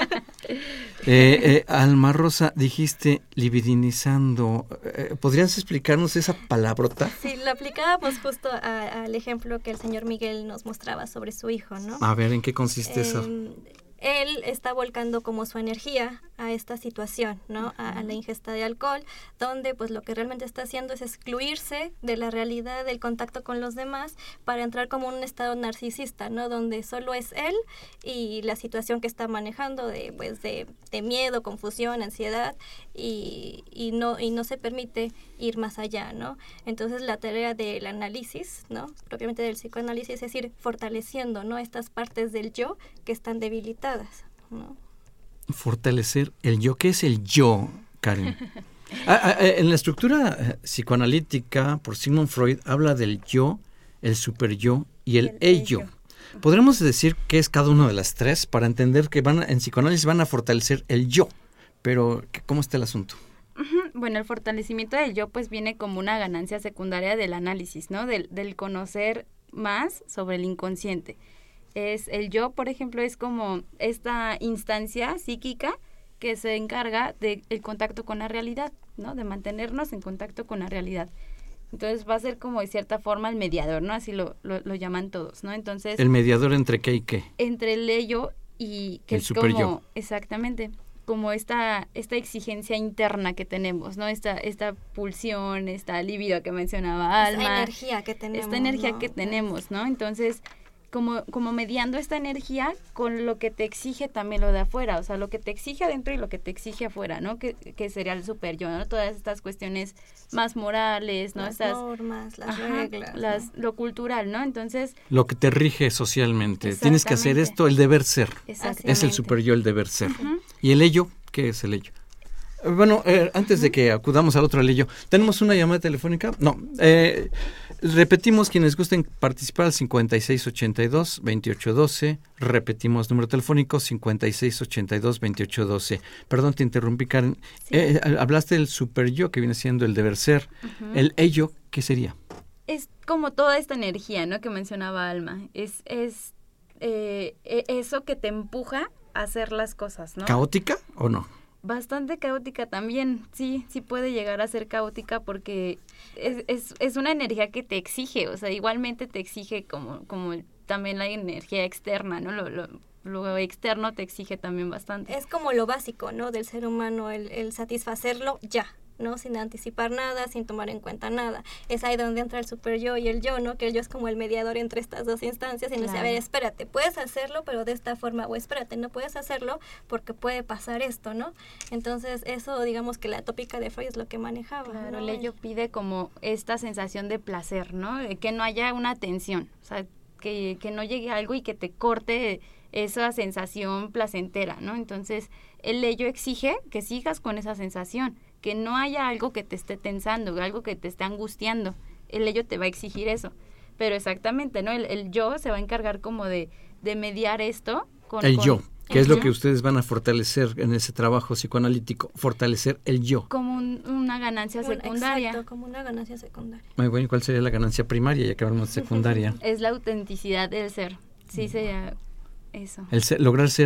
Alma Rosa, dijiste libidinizando. ¿Podrías explicarnos esa palabrota? Sí, lo aplicábamos justo al ejemplo que el señor Miguel nos mostraba sobre su hijo, ¿no? A ver, ¿en qué consiste eso? Él está volcando como su energía a esta situación, ¿no? A la ingesta de alcohol, donde pues lo que realmente está haciendo es excluirse de la realidad del contacto con los demás para entrar como en un estado narcisista, ¿no? Donde solo es él y la situación que está manejando de miedo, confusión, ansiedad y no se permite ir más allá, ¿no? Entonces la tarea del análisis, ¿no? Propiamente del psicoanálisis es ir fortaleciendo, ¿no? Estas partes del yo que están debilitadas, ¿no? Fortalecer el yo. ¿Qué es el yo, Karen? En la estructura psicoanalítica por Sigmund Freud habla del yo, el superyo y el ello. ¿Podremos decir qué es cada una de las tres para entender que en psicoanálisis van a fortalecer el yo? Pero, ¿cómo está el asunto? Bueno, el fortalecimiento del yo pues viene como una ganancia secundaria del análisis, ¿no? Del conocer más sobre el inconsciente. El yo, por ejemplo, es como esta instancia psíquica que se encarga del contacto con la realidad, ¿no? De mantenernos en contacto con la realidad. Entonces va a ser como de cierta forma el mediador, ¿no? Así lo llaman todos, ¿no? Entonces, ¿el mediador entre qué y qué? Entre el ello y que el es super como yo. Exactamente. como esta exigencia interna que tenemos, ¿no? Esta pulsión, esta libido que mencionaba Alma. Esta energía que tenemos. Esta energía, ¿no? que tenemos, ¿no? Entonces, como mediando esta energía con lo que te exige también lo de afuera, o sea, lo que te exige adentro y lo que te exige afuera, ¿no? Que sería el super yo, ¿no? Todas estas cuestiones más morales, ¿no? Las normas, las reglas. ¿no? Lo cultural, ¿no? Entonces... Lo que te rige socialmente. Tienes que hacer esto, el deber ser. Es el super yo, el deber ser. Uh-huh. ¿Y el ello? ¿Qué es el ello? Bueno, antes de que acudamos al otro ello, ¿tenemos una llamada telefónica? No. Repetimos, quienes gusten participar al 5682-2812. Repetimos, número telefónico 5682-2812. Perdón, te interrumpí, Karen. Sí. Hablaste del super yo, que viene siendo el deber ser. Uh-huh. El ello, ¿qué sería? Es como toda esta energía, ¿no? Que mencionaba Alma. Es eso que te empuja a hacer las cosas, ¿no? ¿Caótica o no? Bastante caótica también, sí puede llegar a ser caótica porque es una energía que te exige, o sea, igualmente te exige como también la energía externa, ¿no? Lo externo te exige también bastante. Es como lo básico, ¿no? Del ser humano, el satisfacerlo ya, ¿no? Sin anticipar nada, sin tomar en cuenta nada. Es ahí donde entra el super yo y el yo, ¿no? Que el yo es como el mediador entre estas dos instancias y nos dice, a ver, espérate, puedes hacerlo, pero de esta forma, o espérate, no puedes hacerlo porque puede pasar esto, ¿no? Entonces, eso, digamos que la tópica de Freud es lo que manejaba. Claro, ¿no? el ello pide como esta sensación de placer, ¿no? Que no haya una tensión, o sea, que no llegue algo y que te corte esa sensación placentera, ¿no? Entonces, el ello exige que sigas con esa sensación, que no haya algo que te esté tensando, algo que te esté angustiando. El ello te va a exigir eso. Pero exactamente, ¿no? El yo se va a encargar como de mediar esto con... El yo, que es lo que ustedes van a fortalecer en ese trabajo psicoanalítico, fortalecer el yo. Como una ganancia secundaria. Exacto, como una ganancia secundaria. Muy bueno, ¿cuál sería la ganancia primaria? Ya que hablamos de secundaria. Es la autenticidad del ser. Sí, sería eso. El ser,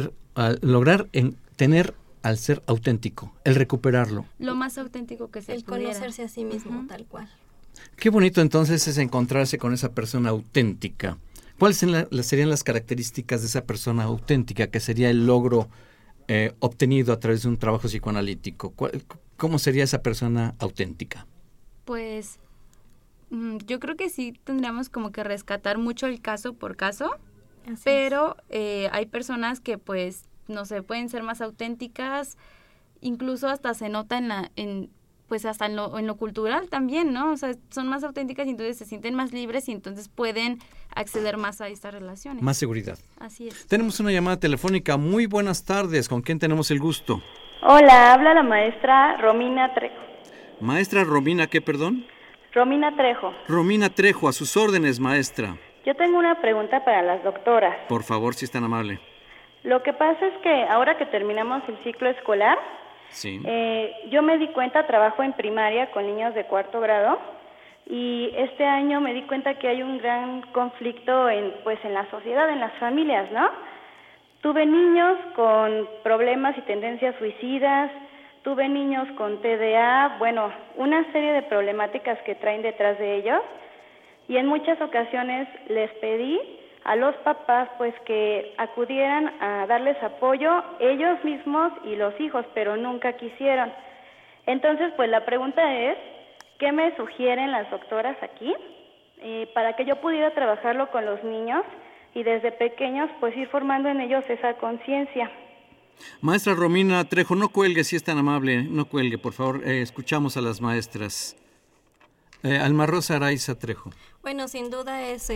tener al ser auténtico, el recuperarlo. Lo más auténtico que se pudiera. El conocerse a sí mismo, tal cual. Qué bonito entonces es encontrarse con esa persona auténtica. ¿Cuáles serían las características de esa persona auténtica, que sería el logro obtenido a través de un trabajo psicoanalítico? ¿Cómo sería esa persona auténtica? Pues yo creo que sí tendríamos como que rescatar mucho el caso por caso, pero hay personas que pues no sé, pueden ser más auténticas, incluso hasta se nota pues hasta en lo cultural también, ¿no? O sea, son más auténticas y entonces se sienten más libres y entonces pueden acceder más a estas relaciones. Más seguridad. Así es. Tenemos una llamada telefónica. Muy buenas tardes. ¿Con quién tenemos el gusto? Hola, habla la maestra Romina Trejo. Maestra Romina, ¿qué, perdón? Romina Trejo. Romina Trejo, a sus órdenes, maestra. Yo tengo una pregunta para las doctoras. Por favor, si es tan amable. Lo que pasa es que ahora que terminamos el ciclo escolar, sí. Yo me di cuenta, trabajo en primaria con niños de 4º grado, y este año me di cuenta que hay un gran conflicto en la sociedad, en las familias, ¿no? Tuve niños con problemas y tendencias suicidas, tuve niños con TDA, bueno, una serie de problemáticas que traen detrás de ellos, y en muchas ocasiones les pedí a los papás pues que acudieran a darles apoyo ellos mismos y los hijos, pero nunca quisieron. Entonces, pues la pregunta es, ¿qué me sugieren las doctoras aquí para que yo pudiera trabajarlo con los niños y desde pequeños pues ir formando en ellos esa conciencia? Maestra Romina Trejo, no cuelgue, si es tan amable, no cuelgue, por favor, escuchamos a las maestras. Alma Rosa Araiza Trejo. Bueno, sin duda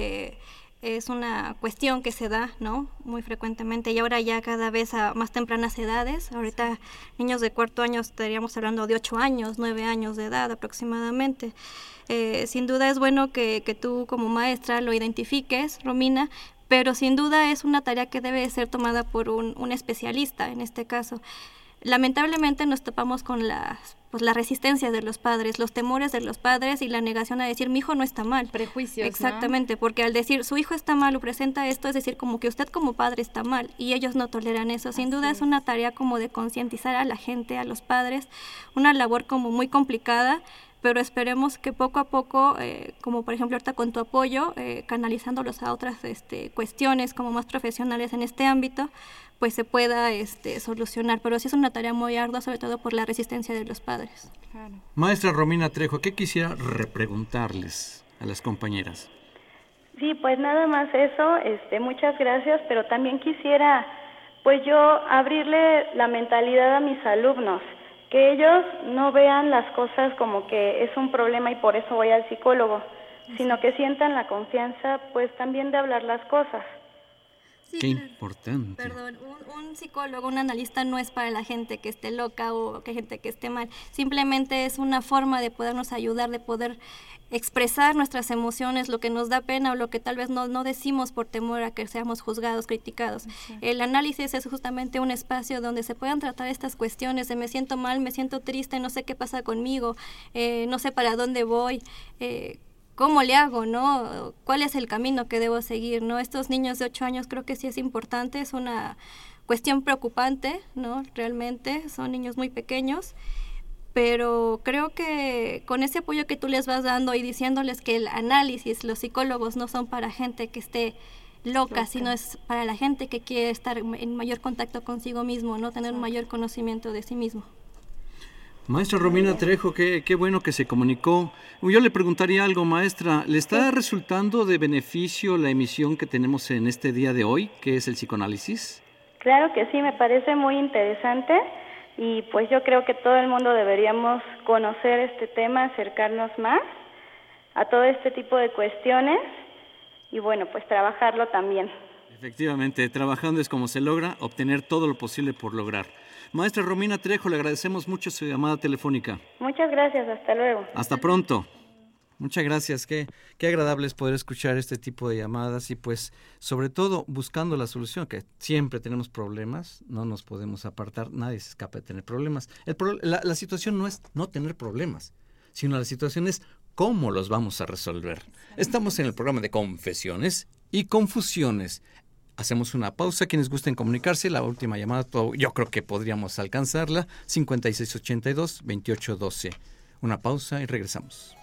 es una cuestión que se da, ¿no? Muy frecuentemente, y ahora ya cada vez a más tempranas edades. Ahorita niños de 4º año estaríamos hablando de 8 años, 9 años de edad aproximadamente. Sin duda es bueno que tú como maestra lo identifiques, Romina, pero sin duda es una tarea que debe ser tomada por un especialista en este caso. Lamentablemente nos topamos con las resistencias de los padres, los temores de los padres y la negación a decir, mi hijo no está mal. Prejuicios, exactamente, ¿no? Porque al decir, su hijo está mal o presenta esto, es decir, como que usted como padre está mal, y ellos no toleran eso. Sin duda es una tarea como de concientizar a la gente, a los padres, una labor como muy complicada, pero esperemos que poco a poco, como por ejemplo ahorita con tu apoyo, canalizándolos a otras cuestiones como más profesionales en este ámbito, pues se pueda solucionar. Pero sí es una tarea muy ardua, sobre todo por la resistencia de los padres. Claro. Maestra Romina Trejo, ¿qué quisiera repreguntarles a las compañeras? Sí, pues nada más eso, muchas gracias, pero también quisiera, pues yo abrirle la mentalidad a mis alumnos, que ellos no vean las cosas como que es un problema y por eso voy al psicólogo, sino que sientan la confianza, pues también de hablar las cosas. Sí, qué claro. importante. Perdón, un psicólogo, un analista no es para la gente que esté loca o que gente que esté mal. Simplemente es una forma de podernos ayudar, de poder expresar nuestras emociones, lo que nos da pena o lo que tal vez no decimos por temor a que seamos juzgados, criticados. Sí. El análisis es justamente un espacio donde se puedan tratar estas cuestiones de me siento mal, me siento triste, no sé qué pasa conmigo, no sé para dónde voy, ¿cómo le hago, no? ¿Cuál es el camino que debo seguir, no? Estos niños de 8 años creo que sí es importante, es una cuestión preocupante, ¿no? Realmente son niños muy pequeños, pero creo que con ese apoyo que tú les vas dando y diciéndoles que el análisis, los psicólogos no son para gente que esté loca, sino es para la gente que quiere estar en mayor contacto consigo mismo, no tener un mayor conocimiento de sí mismo. Maestra Romina Trejo, qué bueno que se comunicó. Yo le preguntaría algo, maestra. ¿Le está resultando de beneficio la emisión que tenemos en este día de hoy, que es el psicoanálisis? Claro que sí, me parece muy interesante y pues yo creo que todo el mundo deberíamos conocer este tema, acercarnos más a todo este tipo de cuestiones y bueno, pues trabajarlo también. Efectivamente, trabajando es como se logra obtener todo lo posible por lograr. Maestra Romina Trejo, le agradecemos mucho su llamada telefónica. Muchas gracias, hasta luego. Hasta pronto. Muchas gracias, qué agradable es poder escuchar este tipo de llamadas y pues sobre todo buscando la solución, que siempre tenemos problemas, no nos podemos apartar, nadie se escapa de tener problemas. La situación no es no tener problemas, sino la situación es cómo los vamos a resolver. Estamos en el programa de Confesiones y Confusiones. Hacemos una pausa, quienes gusten comunicarse, la última llamada, yo creo que podríamos alcanzarla, 5682-2812. Una pausa y regresamos.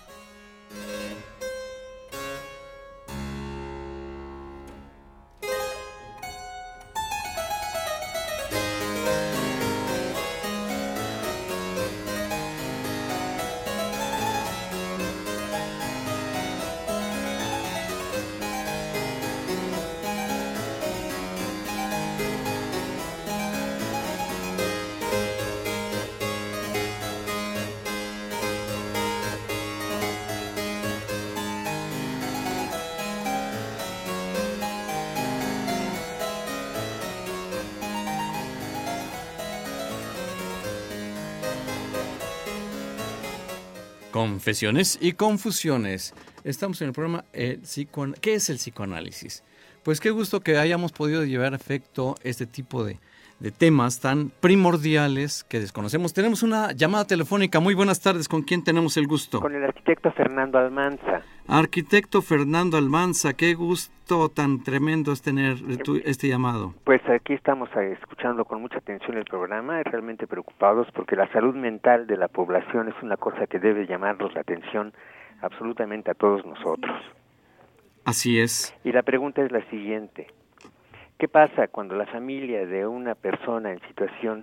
Confesiones y Confusiones. Estamos en el programa ¿Qué es el psicoanálisis? Pues qué gusto que hayamos podido llevar a efecto este tipo de temas tan primordiales que desconocemos. Tenemos una llamada telefónica. Muy buenas tardes. ¿Con quién tenemos el gusto? Con el arquitecto Fernando Almanza. Arquitecto Fernando Almanza, qué gusto tan tremendo es tener este llamado. Pues aquí estamos escuchando con mucha atención el programa, realmente preocupados porque la salud mental de la población es una cosa que debe llamarnos la atención absolutamente a todos nosotros. Así es. Y la pregunta es la siguiente: ¿qué pasa cuando la familia de una persona en situación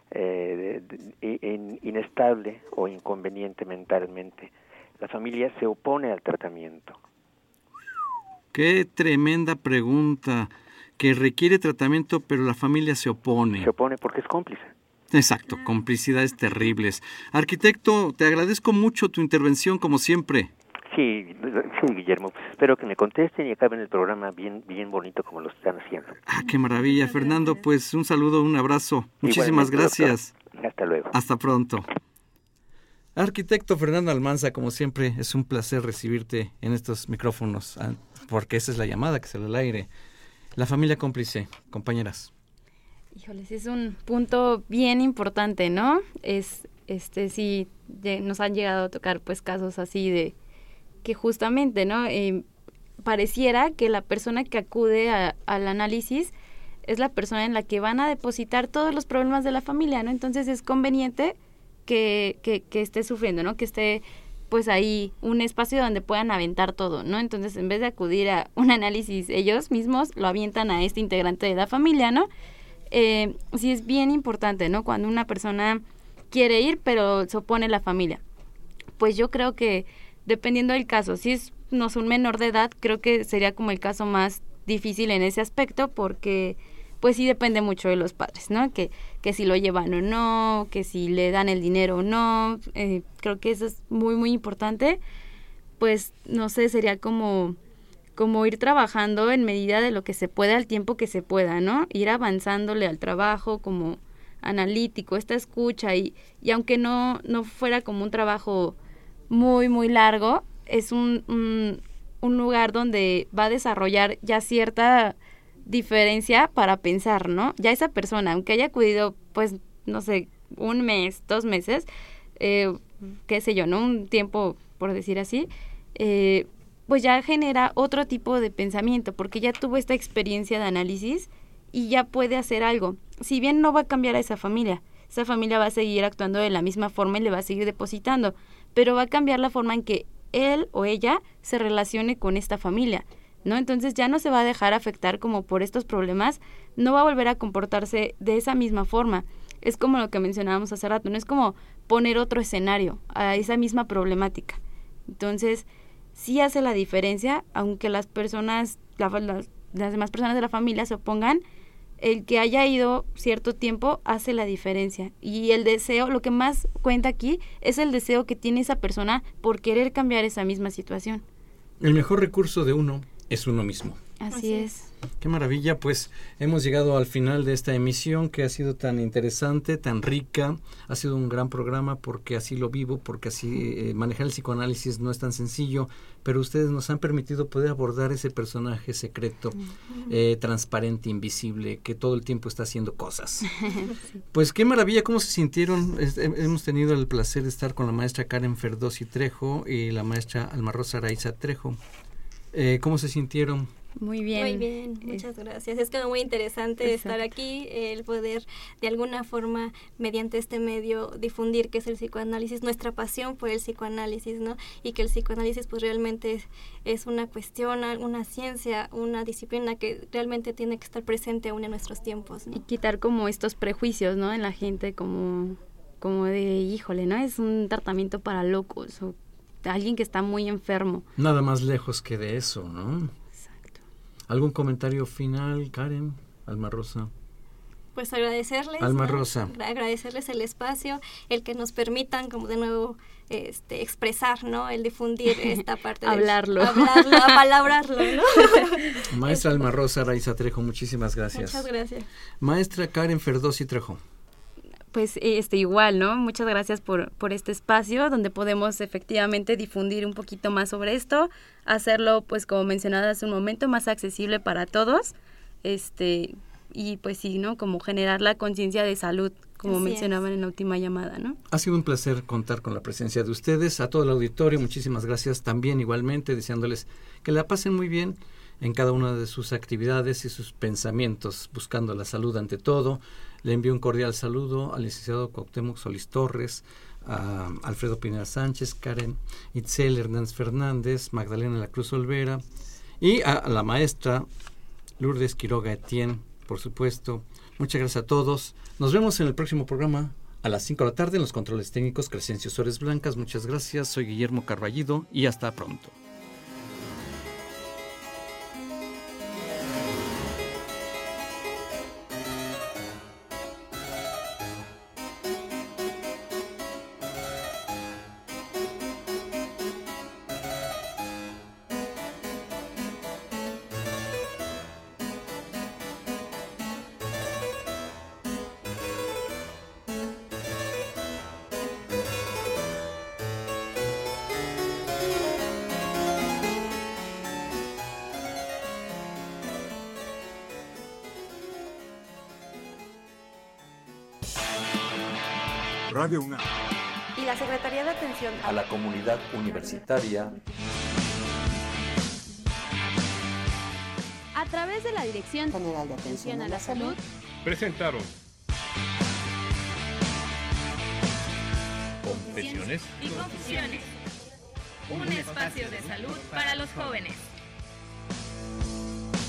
inestable o inconveniente mentalmente, la familia se opone al tratamiento? Qué tremenda pregunta, que requiere tratamiento, pero la familia se opone. Se opone porque es cómplice. Exacto, complicidades terribles. Arquitecto, te agradezco mucho tu intervención, como siempre. Sí, Guillermo, pues espero que me contesten y acaben el programa bien bonito como lo están haciendo. Ah, qué maravilla, Fernando, pues un saludo, un abrazo. Muchísimas gracias. Hasta luego. Hasta pronto. Arquitecto Fernando Almanza, como siempre, es un placer recibirte en estos micrófonos, porque esa es la llamada que sale al aire. La familia cómplice, compañeras. Híjoles, es un punto bien importante, ¿no? Sí, nos han llegado a tocar pues casos así de que justamente, ¿no? Pareciera que la persona que acude al análisis es la persona en la que van a depositar todos los problemas de la familia, ¿no? Entonces es conveniente que esté sufriendo, ¿no? Que esté pues ahí un espacio donde puedan aventar todo, ¿no? Entonces, en vez de acudir a un análisis ellos mismos, lo avientan a este integrante de la familia, ¿no? Sí es bien importante, ¿no? Cuando una persona quiere ir, pero se opone la familia. Pues yo creo que, dependiendo del caso, si es no es un menor de edad, creo que sería como el caso más difícil en ese aspecto, porque pues sí depende mucho de los padres, ¿no? Que si lo llevan o no, que si le dan el dinero o no. Creo que eso es muy, muy importante. Pues, no sé, sería como ir trabajando en medida de lo que se pueda, al tiempo que se pueda, ¿no? Ir avanzándole al trabajo como analítico, esta escucha, y aunque no fuera como un trabajo muy, muy largo, es un lugar donde va a desarrollar ya cierta diferencia para pensar, ¿no? Ya esa persona, aunque haya acudido, pues, no sé, 1 mes, 2 meses, qué sé yo, ¿no? Un tiempo, por decir así, pues ya genera otro tipo de pensamiento, porque ya tuvo esta experiencia de análisis y ya puede hacer algo. Si bien no va a cambiar a esa familia va a seguir actuando de la misma forma y le va a seguir depositando, pero va a cambiar la forma en que él o ella se relacione con esta familia, ¿no? Entonces ya no se va a dejar afectar como por estos problemas, no va a volver a comportarse de esa misma forma. Es como lo que mencionábamos hace rato, no es como poner otro escenario a esa misma problemática. Entonces, sí hace la diferencia, aunque las personas, las demás personas de la familia se opongan, el que haya ido cierto tiempo hace la diferencia. Y el deseo, lo que más cuenta aquí, es el deseo que tiene esa persona por querer cambiar esa misma situación. El mejor recurso de uno es uno mismo. Así es. Qué maravilla, pues hemos llegado al final de esta emisión que ha sido tan interesante, tan rica. Ha sido un gran programa porque así lo vivo, porque así manejar el psicoanálisis no es tan sencillo, pero ustedes nos han permitido poder abordar ese personaje secreto, transparente, invisible, que todo el tiempo está haciendo cosas. Pues qué maravilla, ¿cómo se sintieron? Hemos tenido el placer de estar con la maestra Karen Ferdowsi Trejo y la maestra Alma Rosa Araiza Trejo. ¿Cómo se sintieron? Muy bien. Muy bien, muchas gracias. Es como muy interesante estar aquí, el poder de alguna forma, mediante este medio, difundir qué es el psicoanálisis, nuestra pasión por el psicoanálisis, ¿no? Y que el psicoanálisis pues realmente es una cuestión, una ciencia, una disciplina que realmente tiene que estar presente aún en nuestros tiempos, ¿no? Y quitar como estos prejuicios, ¿no? En la gente como de, híjole, ¿no? Es un tratamiento para locos o alguien que está muy enfermo. Nada más lejos que de eso, ¿no? ¿Algún comentario final, Karen, Alma Rosa? Pues agradecerles, Alma ¿no? Rosa. Agradecerles el espacio, el que nos permitan como de nuevo expresar, ¿no? El difundir esta parte hablarlo, apalabrarlo, ¿no? Maestra Alma Rosa Araiza Trejo, muchísimas gracias. Muchas gracias. Maestra Karen Ferdowsi Trejo. Pues igual, ¿no? Muchas gracias por este espacio donde podemos efectivamente difundir un poquito más sobre esto, hacerlo, pues como mencionaba hace un momento, más accesible para todos, y pues sí, ¿no? Como generar la conciencia de salud, como mencionaban en la última llamada, ¿no? Ha sido un placer contar con la presencia de ustedes, a todo el auditorio, muchísimas gracias también igualmente, deseándoles que la pasen muy bien en cada una de sus actividades y sus pensamientos, buscando la salud ante todo. Le envío un cordial saludo al licenciado Cuauhtémoc Solís Torres, a Alfredo Pineda Sánchez, Karen Itzel Hernández Fernández, Magdalena La Cruz Olvera y a la maestra Lourdes Quiroga Etienne, por supuesto. Muchas gracias a todos. Nos vemos en el próximo programa a las 5 de la tarde en los controles técnicos Crescencio Suárez Blancas. Muchas gracias. Soy Guillermo Carballido y hasta pronto. Radio UNAM y la Secretaría de Atención a la Comunidad Universitaria a través de la Dirección General de Atención a la Salud presentaron confusiones. Un espacio de salud para los jóvenes.